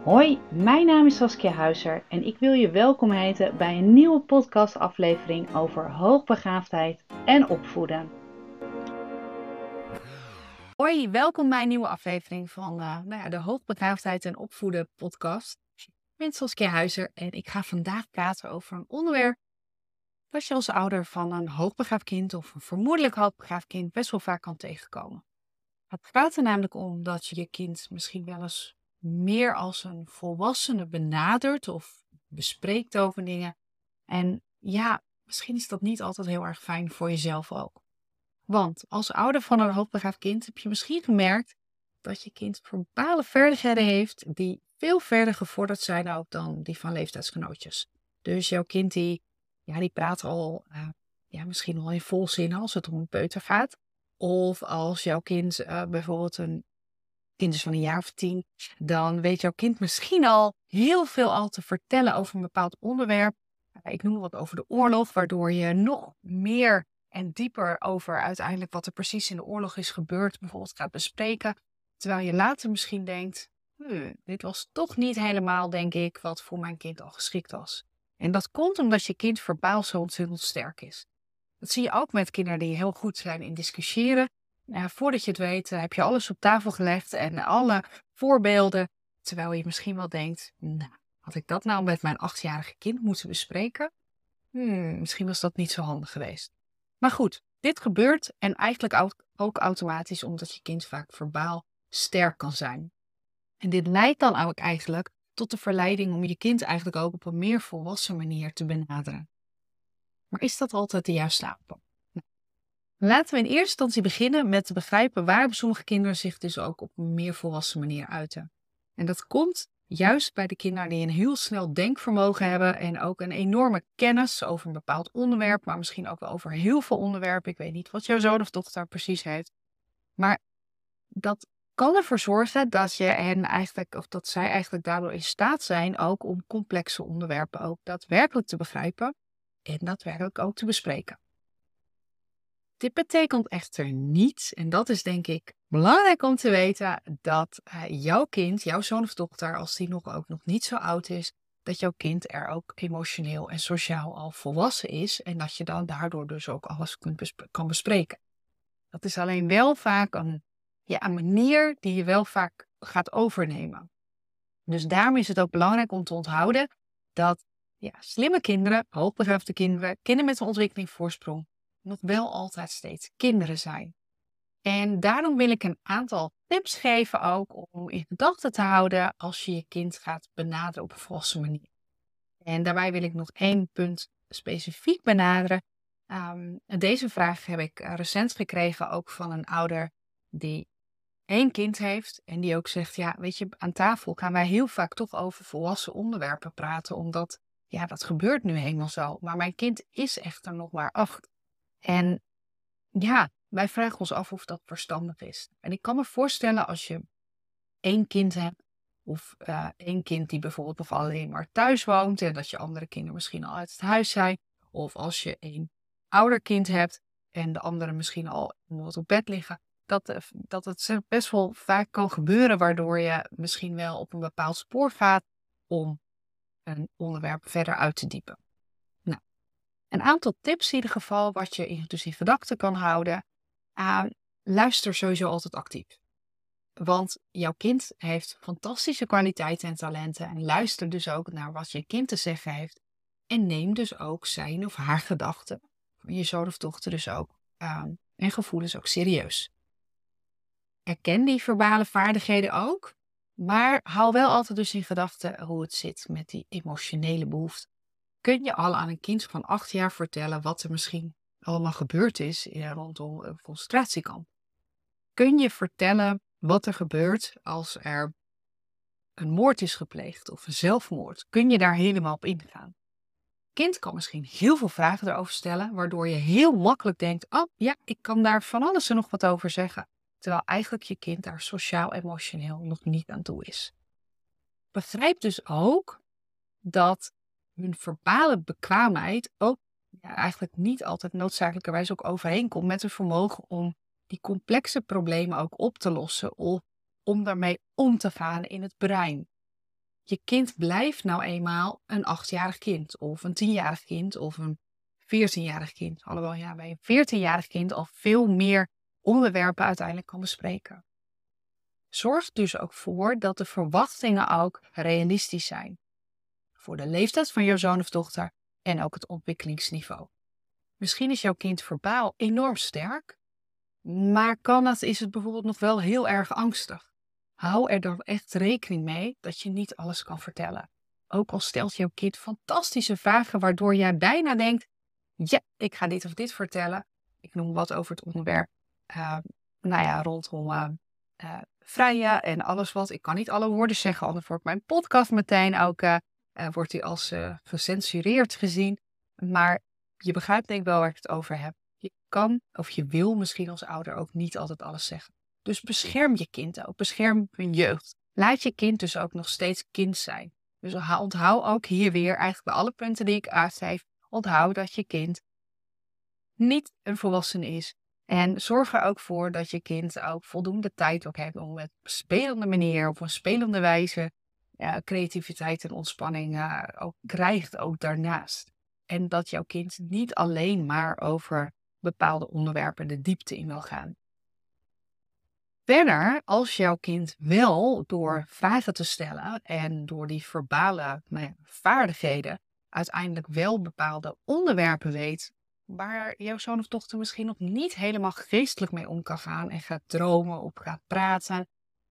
Hoi, mijn naam is Saskia Huizer en ik wil je welkom heten bij een nieuwe podcastaflevering over hoogbegaafdheid en opvoeden. Hoi, welkom bij een nieuwe aflevering van de Hoogbegaafdheid en Opvoeden podcast. Ik ben Saskia Huizer en ik ga vandaag praten over een onderwerp dat je als ouder van een hoogbegaafd kind of een vermoedelijk hoogbegaafd kind best wel vaak kan tegenkomen. Het gaat er namelijk om dat je je kind misschien wel eens meer als een volwassene benadert of bespreekt over dingen. En ja, misschien is dat niet altijd heel erg fijn voor jezelf ook. Want als ouder van een hoogbegaafd kind heb je misschien gemerkt dat je kind verbale vaardigheden heeft die veel verder gevorderd zijn ook dan die van leeftijdsgenootjes. Dus jouw kind die praat al misschien al in volzinnen als het om een peuter gaat. Of als jouw kind bijvoorbeeld een kind is van een jaar of 10, dan weet jouw kind misschien al heel veel al te vertellen over een bepaald onderwerp. Ik noem wat over de oorlog, waardoor je nog meer en dieper over uiteindelijk wat er precies in de oorlog is gebeurd, bijvoorbeeld gaat bespreken. Terwijl je later misschien denkt, dit was toch niet helemaal, denk ik, wat voor mijn kind al geschikt was. En dat komt omdat je kind verbaal zo ontzettend sterk is. Dat zie je ook met kinderen die heel goed zijn in discussiëren. Voordat je het weet, heb je alles op tafel gelegd en alle voorbeelden. Terwijl je misschien wel denkt, nou, had ik dat nou met mijn 8-jarige kind moeten bespreken? Misschien was dat niet zo handig geweest. Maar goed, dit gebeurt en eigenlijk ook automatisch omdat je kind vaak verbaal sterk kan zijn. En dit leidt dan ook eigenlijk tot de verleiding om je kind eigenlijk ook op een meer volwassen manier te benaderen. Maar is dat altijd de juiste aanpak? Nou, laten we in eerste instantie beginnen met te begrijpen waarom sommige kinderen zich dus ook op een meer volwassen manier uiten. En dat komt juist bij de kinderen die een heel snel denkvermogen hebben en ook een enorme kennis over een bepaald onderwerp, maar misschien ook wel over heel veel onderwerpen. Ik weet niet wat jouw zoon of dochter precies heeft. Maar dat kan ervoor zorgen dat je hen eigenlijk, of dat zij eigenlijk daardoor in staat zijn ook om complexe onderwerpen ook daadwerkelijk te begrijpen en daadwerkelijk ook te bespreken. Dit betekent echter niet, en dat is denk ik belangrijk om te weten, dat jouw kind, jouw zoon of dochter, als die ook nog niet zo oud is, dat jouw kind er ook emotioneel en sociaal al volwassen is en dat je dan daardoor dus ook alles kan bespreken. Dat is alleen wel vaak een manier die je wel vaak gaat overnemen. Dus daarom is het ook belangrijk om te onthouden dat slimme kinderen, hoogbegaafde kinderen, kinderen met een ontwikkelingsvoorsprong, nog wel altijd steeds kinderen zijn. En daarom wil ik een aantal tips geven ook om in gedachten te houden als je je kind gaat benaderen op een volwassen manier. En daarbij wil ik nog 1 punt specifiek benaderen. Deze vraag heb ik recent gekregen ook van een ouder die 1 kind heeft en die ook zegt, ja, weet je, aan tafel gaan wij heel vaak toch over volwassen onderwerpen praten, omdat, dat gebeurt nu helemaal zo. Maar mijn kind is echter nog maar 8. En wij vragen ons af of dat verstandig is. En ik kan me voorstellen als je 1 kind hebt, of 1 kind die bijvoorbeeld nog alleen maar thuis woont en dat je andere kinderen misschien al uit het huis zijn. Of als je 1 ouder kind hebt en de anderen misschien al bijvoorbeeld op bed liggen. Dat het best wel vaak kan gebeuren waardoor je misschien wel op een bepaald spoor gaat om een onderwerp verder uit te diepen. Nou, een aantal tips in ieder geval wat je dus in gedachten kan houden. Luister sowieso altijd actief. Want jouw kind heeft fantastische kwaliteiten en talenten en luister dus ook naar wat je kind te zeggen heeft. En neem dus ook zijn of haar gedachten, van je zoon of dochter dus ook, en gevoelens ook serieus. Erken die verbale vaardigheden ook, maar hou wel altijd dus in gedachten hoe het zit met die emotionele behoeften. Kun je al aan een kind van 8 jaar vertellen wat er misschien allemaal gebeurd is rondom een concentratiekamp? Kun je vertellen wat er gebeurt als er een moord is gepleegd of een zelfmoord? Kun je daar helemaal op ingaan? Kind kan misschien heel veel vragen erover stellen, waardoor je heel makkelijk denkt, oh ja, ik kan daar van alles en nog wat over zeggen. Terwijl eigenlijk je kind daar sociaal-emotioneel nog niet aan toe is. Begrijp dus ook dat hun verbale bekwaamheid ook eigenlijk niet altijd noodzakelijkerwijs ook overeenkomt met hun vermogen om die complexe problemen ook op te lossen of om daarmee om te gaan in het brein. je kind blijft nou eenmaal een 8-jarig kind of een 10-jarig kind of een 14-jarig kind. Alhoewel ja, bij een 14-jarig kind al veel meer onderwerpen uiteindelijk kan bespreken. Zorg dus ook voor dat de verwachtingen ook realistisch zijn. Voor de leeftijd van jouw zoon of dochter en ook het ontwikkelingsniveau. Misschien is jouw kind verbaal enorm sterk, maar is het bijvoorbeeld nog wel heel erg angstig. Hou er dan echt rekening mee dat je niet alles kan vertellen. Ook al stelt jouw kind fantastische vragen waardoor jij bijna denkt, ja, ik ga dit of dit vertellen. Ik noem wat over het onderwerp rondom vrije en alles wat. Ik kan niet alle woorden zeggen, anders wordt mijn podcast meteen ook wordt die als gecensureerd gezien. Maar je begrijpt denk ik wel waar ik het over heb. Je kan of je wil misschien als ouder ook niet altijd alles zeggen. Dus bescherm je kind ook. Bescherm hun jeugd. Laat je kind dus ook nog steeds kind zijn. Dus onthoud ook hier weer eigenlijk bij alle punten die ik aangeef. Onthoud dat je kind niet een volwassene is. En zorg er ook voor dat je kind ook voldoende tijd ook heeft om met een spelende manier, op een spelende wijze, creativiteit en ontspanning ook krijgt ook daarnaast. En dat jouw kind niet alleen maar over bepaalde onderwerpen de diepte in wil gaan. Verder, als jouw kind wel door vragen te stellen en door die verbale vaardigheden uiteindelijk wel bepaalde onderwerpen weet, waar jouw zoon of dochter misschien nog niet helemaal geestelijk mee om kan gaan en gaat dromen of gaat praten.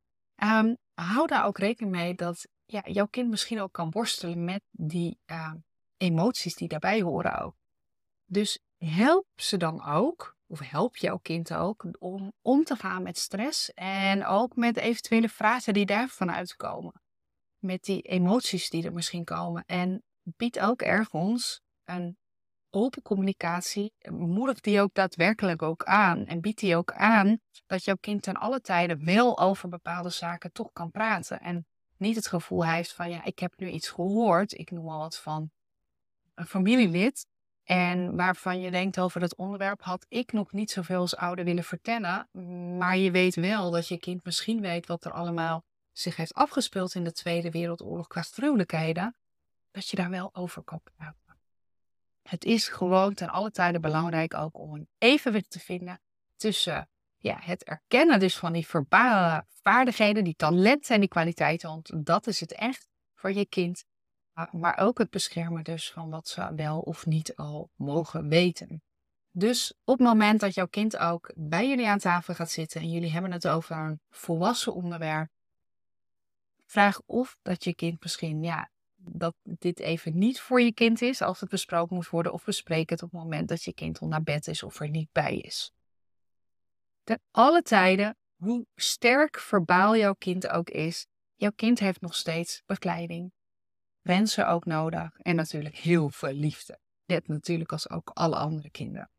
Hou daar ook rekening mee dat jouw kind misschien ook kan worstelen met die emoties die daarbij horen ook. Dus help ze dan ook, of help jouw kind ook, om te gaan met stress en ook met eventuele vragen die daarvan uitkomen. Met die emoties die er misschien komen. En bied ook ergens een open communicatie, moedig die ook daadwerkelijk ook aan. En bied die ook aan dat jouw kind ten alle tijden wel over bepaalde zaken toch kan praten. En niet het gevoel heeft van, ik heb nu iets gehoord, ik noem al wat van een familielid. En waarvan je denkt over het onderwerp had ik nog niet zoveel als ouder willen vertellen. Maar je weet wel dat je kind misschien weet wat er allemaal zich heeft afgespeeld in de Tweede Wereldoorlog qua gruwelijkheden. Dat je daar wel over kan praten. Het is gewoon ten alle tijde belangrijk ook om een evenwicht te vinden tussen het erkennen dus van die verbale vaardigheden, die talenten en die kwaliteiten. Want dat is het echt voor je kind. Maar ook het beschermen dus van wat ze wel of niet al mogen weten. Dus op het moment dat jouw kind ook bij jullie aan tafel gaat zitten en jullie hebben het over een volwassen onderwerp, vraag of dat je kind misschien, dat dit even niet voor je kind is als het besproken moet worden, of bespreek het op het moment dat je kind al naar bed is of er niet bij is. Ten alle tijden, hoe sterk verbaal jouw kind ook is, jouw kind heeft nog steeds begeleiding. Wensen ook nodig en natuurlijk heel veel liefde. Net natuurlijk als ook alle andere kinderen.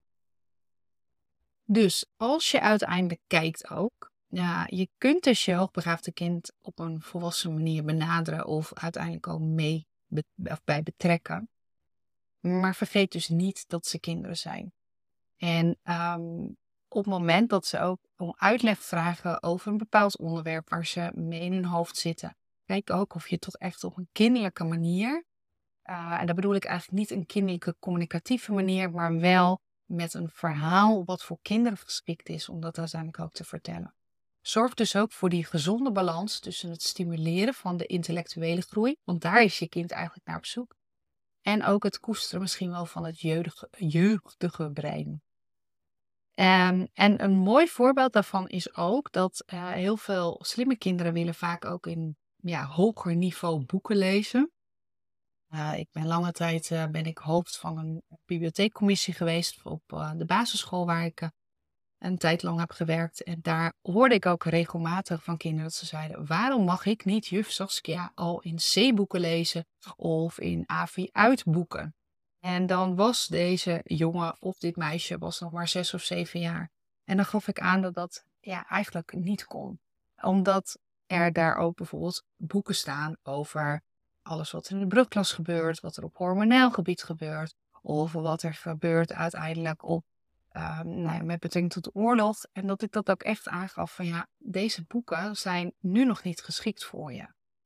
Dus als je uiteindelijk kijkt ook, je kunt dus je hoogbegaafde kind op een volwassen manier benaderen of uiteindelijk ook bij betrekken. Maar vergeet dus niet dat ze kinderen zijn. En op het moment dat ze ook om uitleg vragen over een bepaald onderwerp waar ze mee in hun hoofd zitten, kijk ook of je toch echt op een kinderlijke manier, en daar bedoel ik eigenlijk niet een kinderlijke communicatieve manier, maar wel met een verhaal wat voor kinderen geschikt is om dat uiteindelijk ook te vertellen. Zorg dus ook voor die gezonde balans tussen het stimuleren van de intellectuele groei, want daar is je kind eigenlijk naar op zoek. En ook het koesteren misschien wel van het jeugdige brein. En een mooi voorbeeld daarvan is ook dat heel veel slimme kinderen willen vaak ook in hoger niveau boeken lezen. Ik ben lange tijd ben ik hoofd van een bibliotheekcommissie geweest op de basisschool waar ik een tijd lang heb gewerkt. En daar hoorde ik ook regelmatig van kinderen dat ze zeiden, waarom mag ik niet juf Saskia al in C-boeken lezen of in AVI-uitboeken? En dan was deze jongen of dit meisje was nog maar 6 of 7 jaar. En dan gaf ik aan dat dat eigenlijk niet kon. Omdat er daar ook bijvoorbeeld boeken staan over alles wat er in de brugklas gebeurt, wat er op hormonaal gebied gebeurt, of wat er gebeurt uiteindelijk op met betrekking tot de oorlog. En dat ik dat ook echt aangaf van deze boeken zijn nu nog niet geschikt voor je.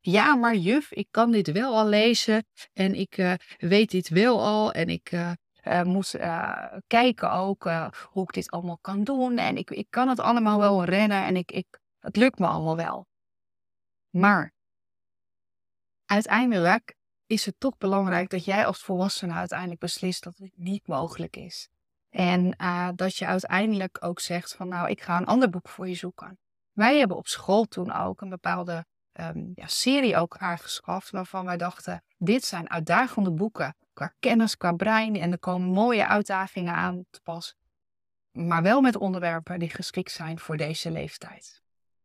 ja, maar juf, ik kan dit wel al lezen en ik weet dit wel al en ik moest kijken ook hoe ik dit allemaal kan doen en ik kan het allemaal wel rennen en het lukt me allemaal wel. Maar uiteindelijk is het toch belangrijk dat jij als volwassene uiteindelijk beslist dat het niet mogelijk is. En dat je uiteindelijk ook zegt van nou, ik ga een ander boek voor je zoeken. Wij hebben op school toen ook een bepaalde serie ook aangeschaft waarvan wij dachten, dit zijn uitdagende boeken qua kennis, qua brein en er komen mooie uitdagingen aan te pas. Maar wel met onderwerpen die geschikt zijn voor deze leeftijd.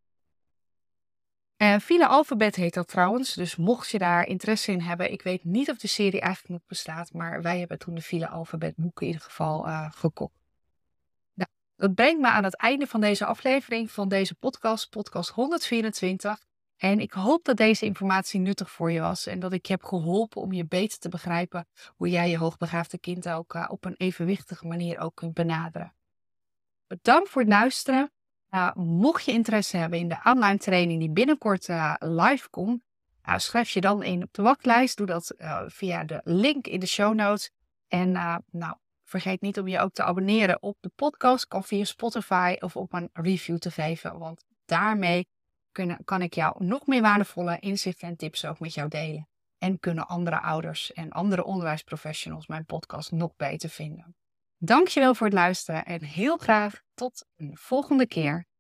File Alphabet heet dat trouwens, dus mocht je daar interesse in hebben. Ik weet niet of de serie eigenlijk nog bestaat, maar wij hebben toen de File Alphabet boeken in ieder geval gekocht. Nou, dat brengt me aan het einde van deze aflevering van deze podcast 124. En ik hoop dat deze informatie nuttig voor je was en dat ik je heb geholpen om je beter te begrijpen hoe jij je hoogbegaafde kind ook op een evenwichtige manier ook kunt benaderen. Bedankt voor het luisteren. Mocht je interesse hebben in de online training die binnenkort live komt, schrijf je dan in op de wachtlijst. Doe dat via de link in de show notes. En vergeet niet om je ook te abonneren op de podcast. Kan via Spotify of op een review te geven. Want daarmee kan ik jou nog meer waardevolle inzichten en tips ook met jou delen. En kunnen andere ouders en andere onderwijsprofessionals mijn podcast nog beter vinden. Dankjewel voor het luisteren en heel graag tot een volgende keer.